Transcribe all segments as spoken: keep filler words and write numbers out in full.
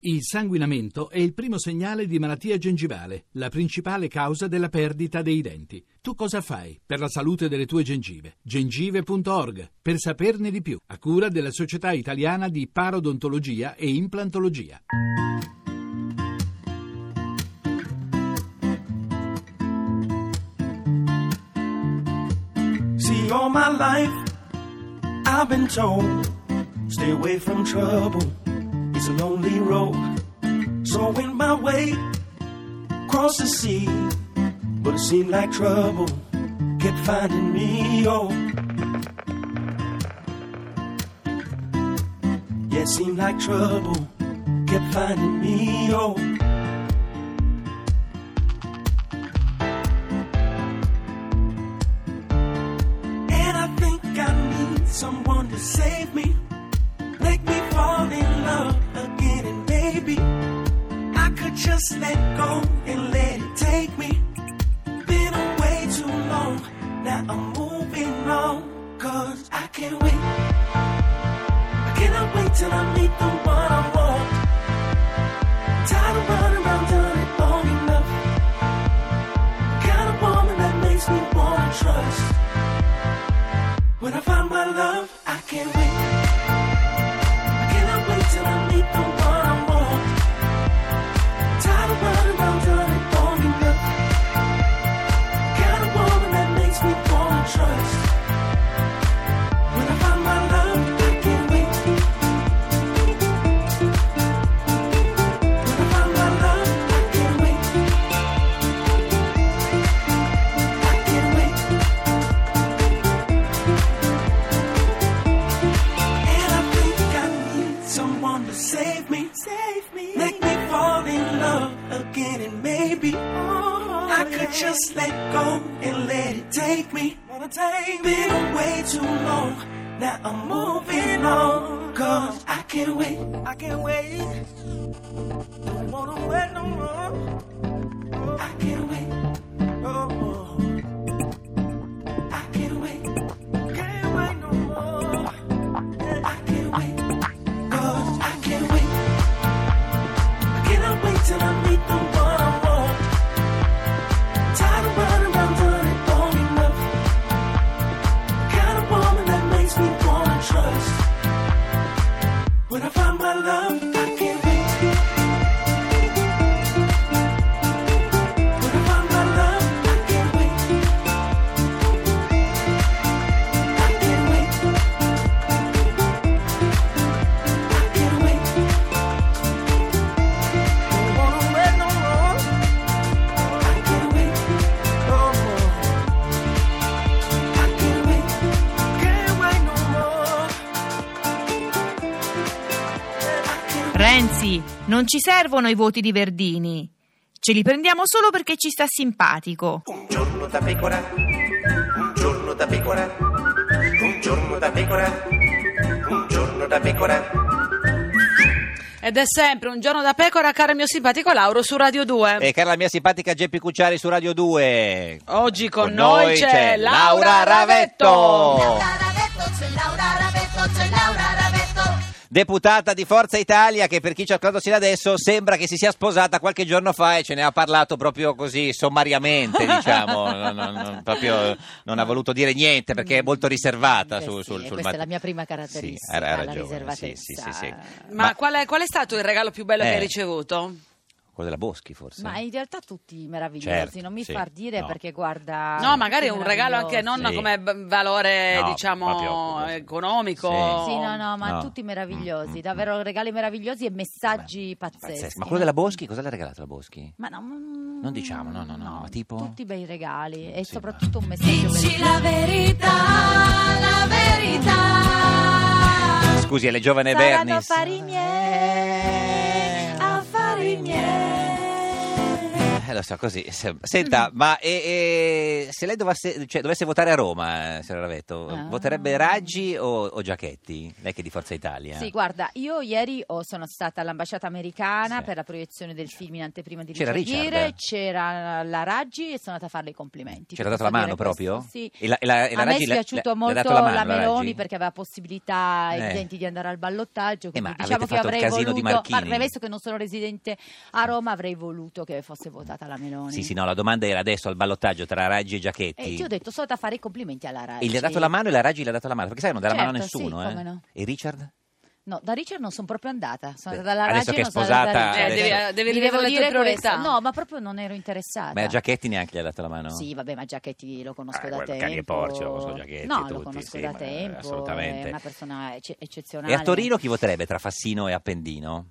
Il sanguinamento è il primo segnale di malattia gengivale, la principale causa della perdita dei denti. Tu cosa fai per la salute delle tue gengive? gengive punto org, per saperne di più, a cura della Società Italiana di Parodontologia e Implantologia. See, all my life I've been told, stay away from trouble. It's a lonely road, so I went my way, across the sea, but it seemed like trouble kept finding me, oh. Yeah, it seemed like trouble kept finding me, oh. And I think I need someone to save me, make me fall in love again, and maybe I could just let go and let it take me. Been away too long, now I'm moving on, cause I can't wait. I cannot wait till I meet the one I want. I'm tired of running around, done it long enough. The kind of woman that makes me wanna trust. When I find my love, I can't wait. Till I meet the one I want. Tired of running around, done it long enough. The kind of woman that makes me wanna trust. When I find my love, I can't wait. When I find my love, I can't wait. I can't wait. And I think I need someone to save me, save me, make me fall in love again, and maybe oh, I could yeah. just let go and let it take me. Take Been away too long, now I'm moving on, cause I can't wait, I can't wait, don't wanna wait no more, I can't wait, oh, I can't wait, can't wait no more, I can't wait. Till I meet the one I want. Tired of running around, done it long enough. The kind of woman that makes me wanna trust. When I find my love, I can't wait. When I find my love, I can't wait. I can't wait. I can't wait. Renzi, non ci servono i voti di Verdini. Ce li prendiamo solo perché ci sta simpatico. Un giorno da pecora, un giorno da pecora, un giorno da pecora, un giorno da pecora. Ed è sempre un giorno da pecora, caro il mio simpatico Lauro su Radio due. E cara la mia simpatica Geppi Cucciari su Radio due. Oggi con, con noi, noi c'è, c'è Laura Laura Ravetto. Ravetto. Laura Ravetto, c'è Laura Ravetto, c'è Laura Ravetto. Deputata di Forza Italia, che per chi ci ha ascoltato sino adesso sembra che si sia sposata qualche giorno fa e ce ne ha parlato proprio così sommariamente, diciamo, non, non, non, proprio non ha voluto dire niente perché è molto riservata eh su, sì, sul, sul questa mat- è la mia prima caratteristica, sì, ha, ha ragione, la riservatezza. sì, sì, sì, sì. Ma, Ma qual, è, qual è stato il regalo più bello eh. che hai ricevuto? Quello della Boschi forse? Ma in realtà tutti meravigliosi, certo, non mi sì, far dire no. perché guarda... No, magari un regalo anche non Sì. come b- valore, No, diciamo, proprio- economico. Sì. Sì, no, no, ma No. tutti meravigliosi, Mm, mm, davvero regali meravigliosi e messaggi Beh, pazzeschi. pazzesco. Ma quello della Boschi, cosa le ha regalato la Boschi? Ma no, mm, Non diciamo, no, no, no, ma tipo? Tutti bei regali e Sì, soprattutto un messaggio Dici bellissimo. la verità, la verità. Scusi, è le giovane Saranno Bernis. affari miei, affari miei. Eh, lo so, così. se- Senta, ma e- e se lei dovesse, cioè, dovesse votare a Roma, eh, signora Ravetto, Ah. voterebbe Raggi o, o Giachetti? Lei che è di Forza Italia. Sì, guarda, io ieri ho- sono stata all'ambasciata americana Sì. per la proiezione del film in anteprima di C'era Richard Richard? Gere, c'era la Raggi e sono andata a farle i complimenti. C'era Ti dato la posso mano dire questo? proprio? Sì. E la, e la, e la A me Raggi è le- piaciuto le- le ha molto dato la, mano, la Meloni Raggi? perché aveva possibilità Eh. evidenti di andare al ballottaggio, Eh, quindi ma diciamo avete che fatto il avrei casino di voluto, Marchini. ma visto che non sono residente a Roma avrei voluto che fosse votata la Meloni. Sì, sì, no, la domanda era adesso al ballottaggio tra Raggi e Giachetti. E ti ho detto, sono andata a fare i complimenti alla Raggi. E gli ha dato la mano e la Raggi le ha dato la mano, perché sai non dà la mano a Certo, nessuno, sì, eh? come no. E Richard? No, da Richard non sono proprio andata, sono Beh, andata dalla adesso Raggi che e è non sono andata sposata, da Eh, Richard. adesso- devi, devi Ti rivedere devo le tue dire priorità. questo. No, ma proprio non ero interessata. Ma a Giachetti neanche gli ha dato la mano? Sì, vabbè, ma Giachetti lo conosco Ah, da guarda, tempo. Cani e Porci, lo conosco Giachetti, No, tutti, lo conosco sì, da ma, tempo. assolutamente. È una persona ecce- eccezionale. E a Torino chi voterebbe tra Fassino e Appendino?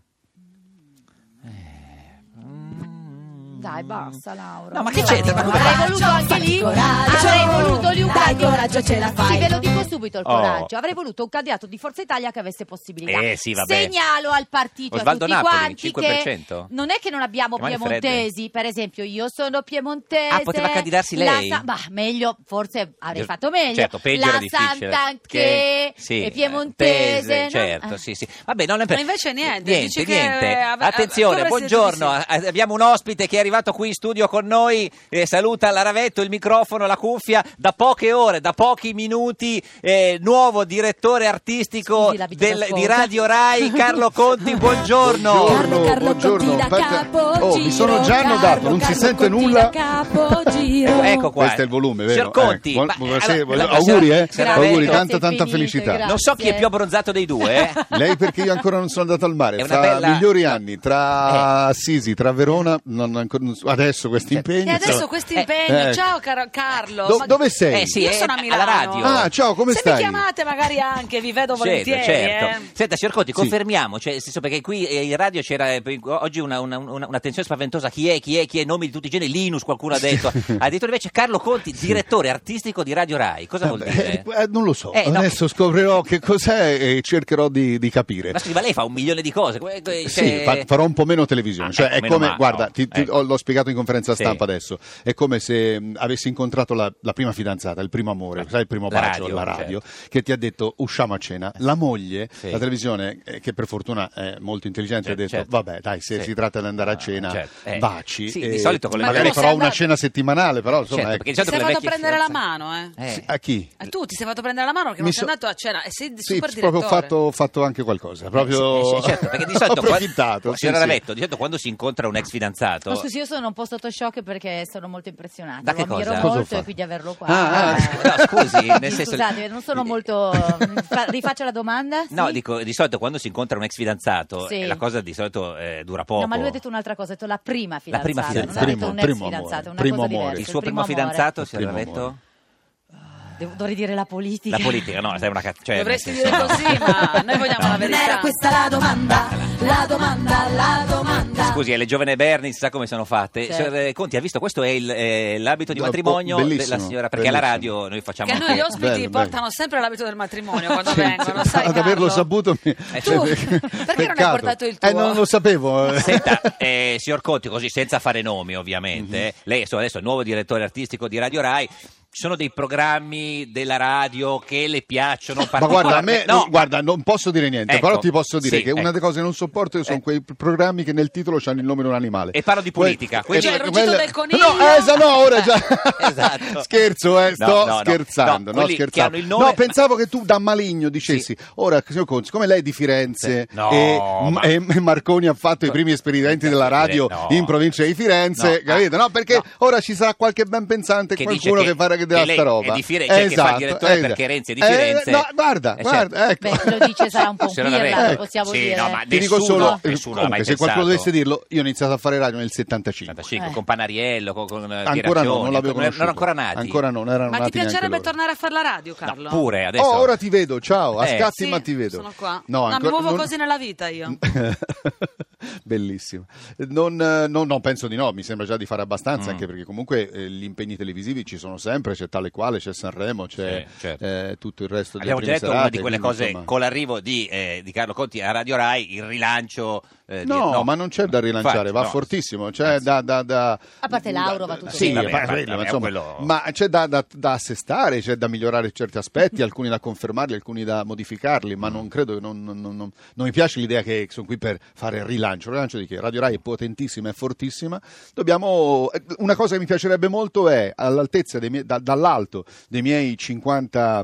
Dai, basta, Laura. No, ma che Io c'entra? Ma come- avrei voluto anche lì. Avrei voluto lì un Dai, candidato. coraggio, ce la fai. Sì, ve lo dico subito il Oh. coraggio. Avrei voluto un candidato di Forza Italia che avesse possibilità. Eh, sì, vabbè. Segnalo al partito Osvaldo a tutti Napoli, quanti cinque per cento? che non è che non abbiamo Che male piemontesi, per esempio, io sono piemontese. Ah, poteva candidarsi la lei? Sa- bah, meglio, forse avrei Ger- fatto meglio. Certo, peggio la era difficile. Sant'Anché Sì, è piemontese. tese, no? certo, Eh. sì, sì. Vabbè, non è Ma invece niente, niente, dici che, niente. eh, ave- Attenzione, avresti detto buongiorno. di A- Abbiamo un ospite che è arrivato qui in studio con noi. Eh, saluta la Ravetto, il microfono, la cuffia. Da poche ore, da pochi minuti, eh, nuovo direttore artistico Scusi, l'abito del- da di sposa. Radio Rai, Carlo Conti. Buongiorno. Carlo, Buongiorno, Carlo buongiorno. Conti da Aspetta. capogiro, Oh, mi sono già annodato, non si Carlo sente Conti nulla. da capogiro. Ecco qua. Questo è il volume, vero? Signor Conti, Eh, buon- ma- buonasera, allora, voglio- la- auguri, eh? signora Auguri, Ravetto, tanta, Grazie tanta finite, felicità. grazie. Non so chi è più abbronzato dei due, eh? Lei perché io ancora non sono andato al mare, È una fra bella- migliori no. anni, tra Assisi, tra Verona, non ancora- non so- adesso questo impegno. E adesso insomma. questo impegno, Eh. ciao caro Carlo. Do- Ma- dove sei? Eh sì, Io eh, sono a alla Milano. radio. Ah, ciao, come Se stai? mi chiamate magari anche, vi vedo volentieri. Certo, eh. certo. Senta, signor Conti, Sì. confermiamo, cioè, nel senso, perché qui eh, in radio c'era eh, oggi una, una, una, una tensione spaventosa, chi è, chi è, chi è, nomi di tutti i generi, Linus qualcuno ha detto, addirittura invece Carlo Conti, direttore artistico di Radio Rai, cosa vuol Vabbè, dire? eh, non lo so, Eh, no. adesso scoprirò che cos'è e cercherò di, di capire. Ma scusi, ma lei fa un milione di cose, que- que- Sì, cioè- fa- farò un po' meno televisione, Ah, cioè ecco, è meno come, male, guarda, no, ti- ti- ecco. ho- l'ho spiegato in conferenza Sì. stampa adesso, è come se mh, avessi incontrato la, la prima fidanzata, il primo amore, sai il primo La bacio, radio, la radio, certo. che ti ha detto usciamo a cena, la moglie, Sì. la televisione, eh, che per fortuna è molto intelligente, Sì, ha detto certo. vabbè dai, se Sì. si tratta di andare a Ah, cena, certo. Eh. baci, Sì, e di solito con le magari vecchie- farò sei una andato- cena settimanale, però insomma, Certo, ecco. perché di Ti solito sei con le fatto vecchie prendere la fidanzate- mano, eh? Eh. a chi? E tu ti sei fatto prendere la mano perché Mi non sei so- andato a cena e sei Sì, super proprio direttore. fatto, ho fatto anche qualcosa, proprio Eh, sì, certo, perché di solito ho approfittato. quando, sì, signora sì. Ravetto, di solito quando si incontra un ex fidanzato Ma scusi, io sono un po' sotto shock perché sono molto impressionata. Da che Lo ammiro cosa? Cosa ho molto fatto? e quindi averlo qua. Ah, ah. eh, No, scusi, nel sì, senso- Scusate, non sono molto. Fa- rifaccio la domanda? No, Sì? dico, di solito quando si incontra un ex fidanzato, Sì. eh, la cosa di solito eh, dura poco. No, ma lui ha detto un'altra cosa, ha detto la prima La fidanzata. prima non fidanzata. ha detto Primo- un ex primo fidanzato, amore, è una primo cosa amore. diversa. Il suo primo, amore. fidanzato, Il signora primo Ravetto? Devo- dovrei dire la politica. La politica, no, sai una cazzo. Cioè, Dovresti nel dire senso, così, ma noi vogliamo la Non verità. era questa la domanda, la domanda, la domanda. Scusi, eh, le giovane Berni, si sa come sono fatte. Certo. Signor, eh, Conti, ha visto, questo è il, eh, l'abito di No, matrimonio oh, bellissimo, della signora, perché alla bellissimo. radio noi facciamo Che a noi anche... gli ospiti Bello, bello. portano sempre l'abito del matrimonio quando Sì, vengono, sì, sai ad averlo Carlo? saputo mi... Eh, Tu, eh, perché non hai peccato. portato il tuo? Eh, non lo sapevo. eh. Senta, eh, signor Conti, così senza fare nomi ovviamente, Mhm. eh, lei insomma, adesso è il nuovo direttore artistico di Radio Rai, ci sono dei programmi della radio che le piacciono Ma guarda, a me, particolarmente? no, guarda, non posso dire niente, Ecco, però ti posso dire sì, che una ecco. delle cose che non sopporto sono Eh. quei programmi che nel titolo hanno il nome di un animale. E parlo di politica, quindi- Cioè, il ruggito del coniglio? No, eh, sa- no, ora già. Esatto. Scherzo, eh, sto No, no, no. scherzando, No, no, quelli che scherzando. hanno il nome- No, pensavo che tu da maligno dicessi, ora, signor Conti, siccome lei è di Firenze Sì. No, e, ma- e Marconi ha fatto i primi esperimenti della radio No. in provincia di Firenze, No, capite? No, perché no. ora ci sarà qualche ben pensante, Che qualcuno dice che, farà che della che lei sta roba. è di Firenze, cioè che fa il direttore esatto. perché Renzi è di Eh, Firenze. no, guarda, Eh, guarda, certo. ecco. Beh, chi lo dice sarà un po' un Signora pirla, Ravetto. lo possiamo Sì, dire. no, ma Ti dico nessuno- solo, nessuno l'ha comunque, mai se qualcuno pensato. dovesse dirlo, io ho iniziato a fare radio nel settantacinque. settantacinque, Eh. con Panariello, con, con Ancora no, Pieraccioni, non l'avevo non conosciuto. erano ancora nati. Ancora no, non erano Ma ti nati neanche piacerebbe loro. tornare a fare la radio, Carlo? No, pure adesso. Oh, ora ti vedo, ciao, a Eh, scatti Sì, ma ti vedo. sono qua. No, No, mi ancora- muovo non- così nella vita io. Bellissimo. Non, eh, no, no, penso di no, mi sembra già di fare abbastanza, Mm. anche perché comunque eh, gli impegni televisivi ci sono sempre. sempre, c'è tale quale, c'è Sanremo, c'è Sì, certo. eh, tutto il resto delle Abbiamo già prime detto serate, una di quelle quindi, cose insomma. con l'arrivo di, eh, di Carlo Conti a Radio Rai, il rilancio. eh, di- No, ma non c'è da rilanciare, Infatti, va no. fortissimo. C'è da, da, da- A parte Lauro va tutto Sì, bene. a parte vabbè, quello, vabbè, insomma, quello- ma c'è da, da, da assestare, c'è da migliorare certi aspetti, alcuni da confermarli, alcuni da modificarli, ma non credo che non, non- non- non mi piace l'idea che sono qui per fare il rilancio. Il rilancio di che Radio Rai è potentissima, è fortissima. Dobbiamo. Una cosa che mi piacerebbe molto è all'altezza dei miei, da- dall'alto dei miei cinquanta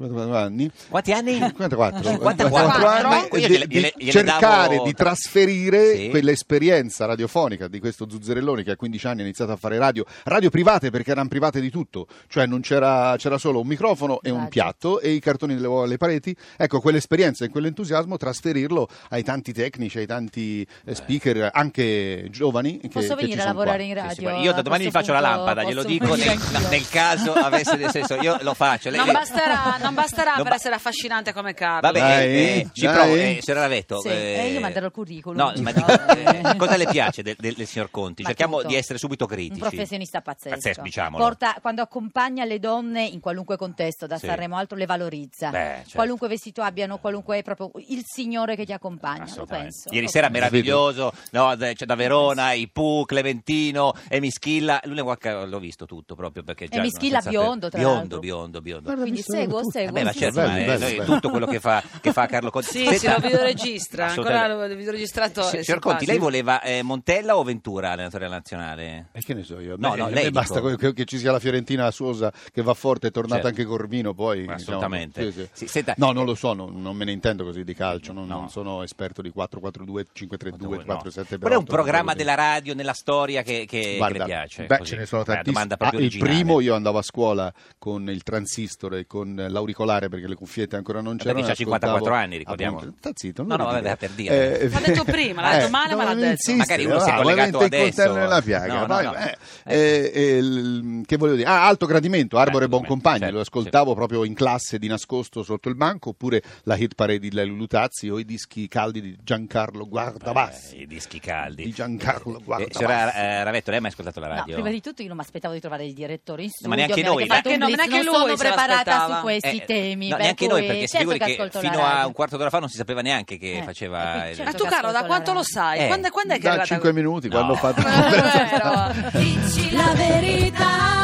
anni. Quanti anni? cinquantaquattro cinquantaquattro anni, Io di, gliele- di gliele- gliele cercare davo- di trasferire Sì. quell'esperienza radiofonica di questo Zuzzerelloni che a quindici anni ha iniziato a fare radio, radio private perché erano private di tutto, cioè non c'era, c'era solo un microfono e un Radio. piatto e i cartoni delle uova alle pareti. Ecco, quell'esperienza e quell'entusiasmo trasferirlo ai tanti tecnici, ai tanti eh, speaker, anche giovani. Che, Posso che venire ci a sono lavorare qua. in radio? Sì, sì, ma io da a domani vi questo faccio la punto lampada, glielo posso dico venire nel, anch'io. nel caso avesse nel senso, io lo faccio. Lei- Non basterà, non basterà Non per ba- essere affascinante come Carlo. Vabbè, Dai, eh, eh, ci dai. provo, eh, signora Ravetto. Sì, eh, eh, io manderò il curriculum. No, ma però, dico, eh. eh, cosa le piace del, del- del signor Conti? Ma Cerchiamo tutto. di essere subito Un critici. professionista pazzesco. Pazzesco, diciamolo. Porta, quando accompagna le donne in qualunque contesto, da Sì. Sanremo altro, le valorizza. Beh, certo. Qualunque vestito abbiano, qualunque è proprio il signore che ti accompagna. Lo Assolutamente. penso. Ieri lo sera penso. meraviglioso, no, da- c'è da Verona, i Pooh, Clementino e Mischilla. L'unica volta l'ho visto tutto proprio perché già Mischilla senza- biondo, tra biondo, l'altro. biondo, biondo. Guarda, Quindi visto seguo, tutto. seguo. Vabbè, ma sì, certo, sì. ma, bello, eh, bello, noi- bello. tutto quello che fa, che fa Carlo Conti. Sì, Senta- sì, lo videoregistra, ancora Assolutamente. lo videoregistratore. Signor simpatico. Conti, lei voleva eh, Montella o Ventura, allenatore nazionale? E che ne so io? No, Beh, no, a lei me basta dico- che, che ci sia la Fiorentina a Suosa che va forte, è tornata Certo. anche Corvino, poi Assolutamente. diciamo, sì, sì. Sì, senta- No, non lo so, non, non me ne intendo così di calcio, non, No. non sono esperto di quattro quattro due, cinque tre due, No. quattro sette Qual è un otto, programma così. della radio nella storia che, che- che Guarda, le piace? beh, Così. ce ne sono È una tantissimi. domanda Ah, proprio il originale. primo io andavo a scuola con il transistor e con l'auricolare perché le cuffiette ancora non c'erano. perché c'ha e ascoltavo- cinquantaquattro anni, ricordiamo. Appunto, sta zitto, No, non no, lo vabbè, dire. per dire. L'ha detto prima, l'ha detto male, ma l'ha non detto. insistere, Magari uno si è va, collegato ovviamente il adesso. coltello nella piaga. No, no, vai, no. eh, eh, eh, il- che volevo dire? Ah, Alto Gradimento, Arbore Alto Buon Gradimento, Compagni, certo, lo ascoltavo proprio in classe di nascosto sotto il banco, oppure la hit parade di Lelio Lutazzi o i dischi caldi di Giancarlo Guardabassi. Eh, I dischi caldi. Di Giancarlo Eh, Guardabassi. signora eh, Ravetto, lei ha mai ascoltato la No, radio? prima di tutto io non mi aspettavo di trovare il direttore in studio. ma neanche mi noi, avete fatto neanche- un no, blitz, neanche non lui sono se preparata l'aspettava. su questi Eh, temi. no, per neanche noi, cui perché si certo figuri che ascolto la fino a radio. un quarto d'ora fa non si sapeva neanche che Eh, faceva. eh, il- certo Ma tu, che Carlo, da ascolto quanto la lo radio. sai? Eh. Quando, quando è che è Da arrivata? cinque minuti, No. quando ho fatto... Non è vero. Dici la verità,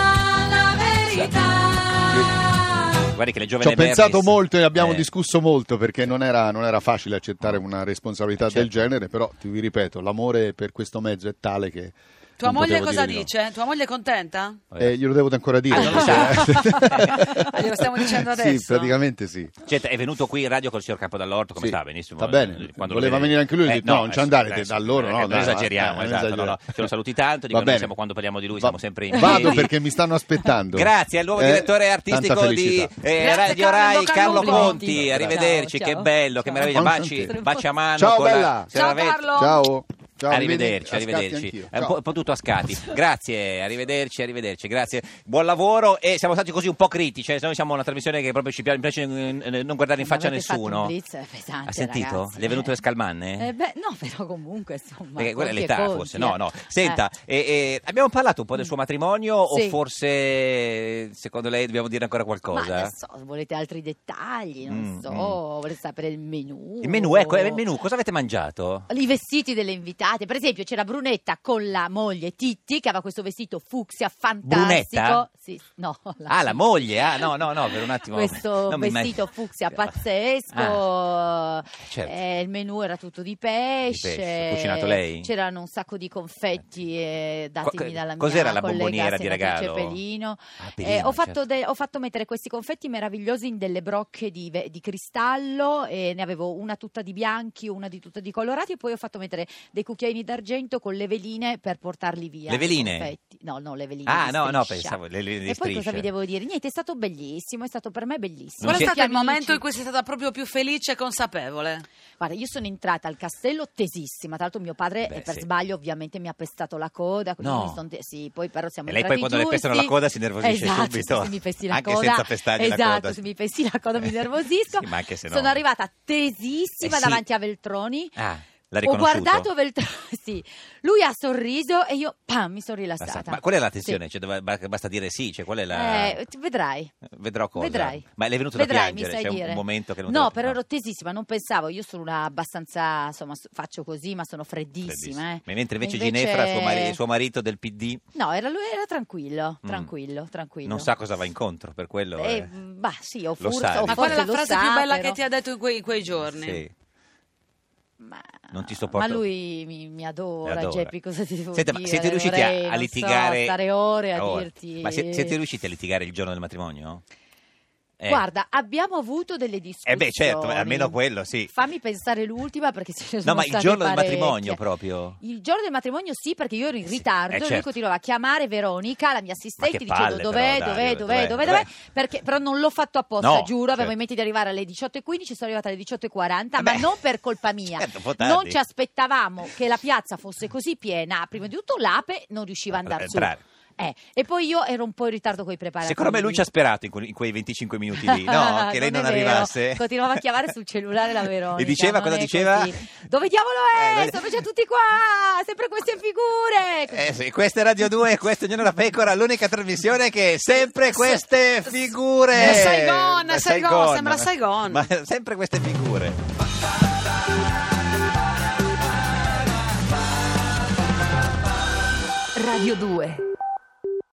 la verità. Guardi che le Ci giovani ho pensato Bernis- molto e abbiamo eh, discusso molto perché non era, non era facile accettare una responsabilità Certo. del genere, però ti vi ripeto, l'amore per questo mezzo è tale che... Tua non moglie potevo cosa dire di no. dice? Tua moglie è contenta? Eh, glielo devo ancora dire. Ah, non lo sa. Ah, glielo stiamo dicendo adesso? Sì, praticamente sì. Certo, è venuto qui in radio col signor Capodall'Orto, come Sì, sta? Benissimo. sta bene. Quando Voleva lo vede- venire anche lui, ho detto, no, non ci andare adesso- da loro, no, eh, non dai, esageriamo, eh, non esatto, no, esageriamo. no. Ce lo saluti tanto, dico, Va noi bene. siamo quando parliamo di lui, Va- siamo sempre in Vado piedi. perché mi stanno aspettando. Grazie al nuovo Eh, direttore tanta artistico di felicità. eh, Grazie, Radio Carlo, Rai, in bocca al Carlo lupo. Conti. Arrivederci, Ciao, che ciao. bello, che Ciao. meraviglia. Baci, Ciao. baci a mano. Ciao, con la bella. signora Ciao, Ravetto. Carlo. Ciao. Ciao, Arrivederci, a scatti arrivederci. anch'io. È un Ciao. po', un po' tutto a scatti. Grazie, arrivederci, arrivederci. Grazie. Buon lavoro e siamo stati così un po' critici, eh, se noi siamo una trasmissione che proprio ci piace, mi piace eh, non guardare in faccia a Mi avete fatto nessuno. un blitz pesante, Ha sentito? ragazzi, Le è venuto eh. le scalmanne? Eh, beh, no, però comunque insomma. Perché quella è conti e l'età conti, forse, no, eh. no. Senta, eh, eh, abbiamo parlato un po' del suo matrimonio Sì. o forse secondo lei dobbiamo dire ancora Ma qualcosa? non so, volete altri dettagli, non Mm, so, mm. volete sapere il menù? Il menù, ecco, il menù, cosa avete mangiato? I vestiti delle invitate, per esempio c'era Brunetta con la moglie Titti che aveva questo vestito fucsia fantastico. Brunetta? Sì, no, la Ah, la moglie, ah, no, no, no, per un attimo. questo non mi vestito immag- fucsia pazzesco. Ah, certo. Eh, il menù era tutto di pesce, Di pesce. Cucinato lei? C'erano un sacco di confetti eh, datemi Co- dalla cos'era mia la collega bomboniera di senatrice regalo? Pelino. Ah, Eh, Pelino, ho, fatto certo. de- ho fatto mettere questi confetti meravigliosi in delle brocche di, ve- di cristallo e ne avevo una tutta di bianchi, una di tutta di colorati e poi ho fatto mettere dei cucchiaini d'argento con le veline per portarli via. Le i veline? confetti. No, no, le veline Ah, di no, no, striscia. pensavo le, le, le E poi cosa strisce. vi devo dire? Niente, è stato bellissimo, è stato per me bellissimo. Qual è si- stato il Amici. momento in cui sei stata proprio più felice e consapevole? Guarda, io sono entrata al castello tesissima, tra l'altro mio padre Beh, eh, per sì. sbaglio ovviamente mi ha pestato la coda, quindi No. mi son te- sì, poi però siamo E lei poi entrati quando le giusti. pestano la coda si nervosisce Esatto, subito. se mi pesti la Anche coda, senza pestargli la esatto, coda. se mi pesti la coda mi nervosisco. Sì, ma anche se no. Sono arrivata tesissima Eh sì. davanti a Veltroni. Ah, L'ha Ho riconosciuto? guardato Veltroni, sì. Lui ha sorriso e io, pam, mi sono rilassata. Ma qual è la tensione? Cioè, dove- ba- basta dire sì, cioè, qual è la... Eh, ti- vedrai. Vedrò cosa. Vedrai. Ma le è venuto Vedrai, da mi piangere? sai C'è un- dire. un momento che non No, te- però ero tesissima, non pensavo. Io sono una abbastanza, insomma, s- faccio così, ma sono freddissima. Freddissima. Eh. Ma mentre invece, E invece- Ginefra, suo, mari- suo marito del P D, No, era lui era tranquillo, Mm. tranquillo, tranquillo. non sa cosa va incontro, per quello... Eh, eh. bah, sì, o Lo forse, sa, o dico. Ma qual è la forse lo frase sa, più bella però- che ti ha detto in quei, in quei giorni? Sì. Ma, Non ti sopporto. ma lui mi, mi adora, Mi adora. Geppi, cosa ti devo Senta, ma dire? siete riusciti a- Dovrei, a non litigare? so, stare ore a Oh, dirti. Ma si- siete riusciti a litigare il giorno del matrimonio? Eh. Guarda, abbiamo avuto delle discussioni. Eh beh, certo, almeno quello, sì. Fammi pensare l'ultima perché ce ne sono No, ma il state giorno del parecchie. matrimonio proprio. Il giorno del matrimonio sì, perché io ero in ritardo eh, e lui certo. continuava a chiamare Veronica, la mia assistente, Ma che dicendo palle, dov'è, però, dov'è, Dario, dov'è, dov'è, dov'è, dov'è? dov'è, perché però non l'ho fatto apposta, No, giuro, avevo certo. in mente di arrivare alle diciotto e quindici, sono arrivata alle diciotto e quaranta, Eh ma beh, non per colpa mia. certo, un po' tardi. Non ci aspettavamo che la piazza fosse così piena, prima di tutto l'ape non riusciva a andare su. Entrare. Eh, e poi io ero un po' in ritardo con i preparativi. Secondo me lui ci ha sperato in, que- in quei venticinque minuti lì, no? Che lei non, è vero. arrivasse. Continuava a chiamare sul cellulare la Veronica. E diceva, non cosa è diceva? così. Dove diavolo è? Eh, dove- Sono già tutti qua, sempre queste figure. Eh sì, questa è Radio due e questa è Ognuno la Pecora, l'unica trasmissione che è sempre queste figure. È Saigon, è Eh, Saigon, sembra Saigon. Ma sempre queste figure. Radio due.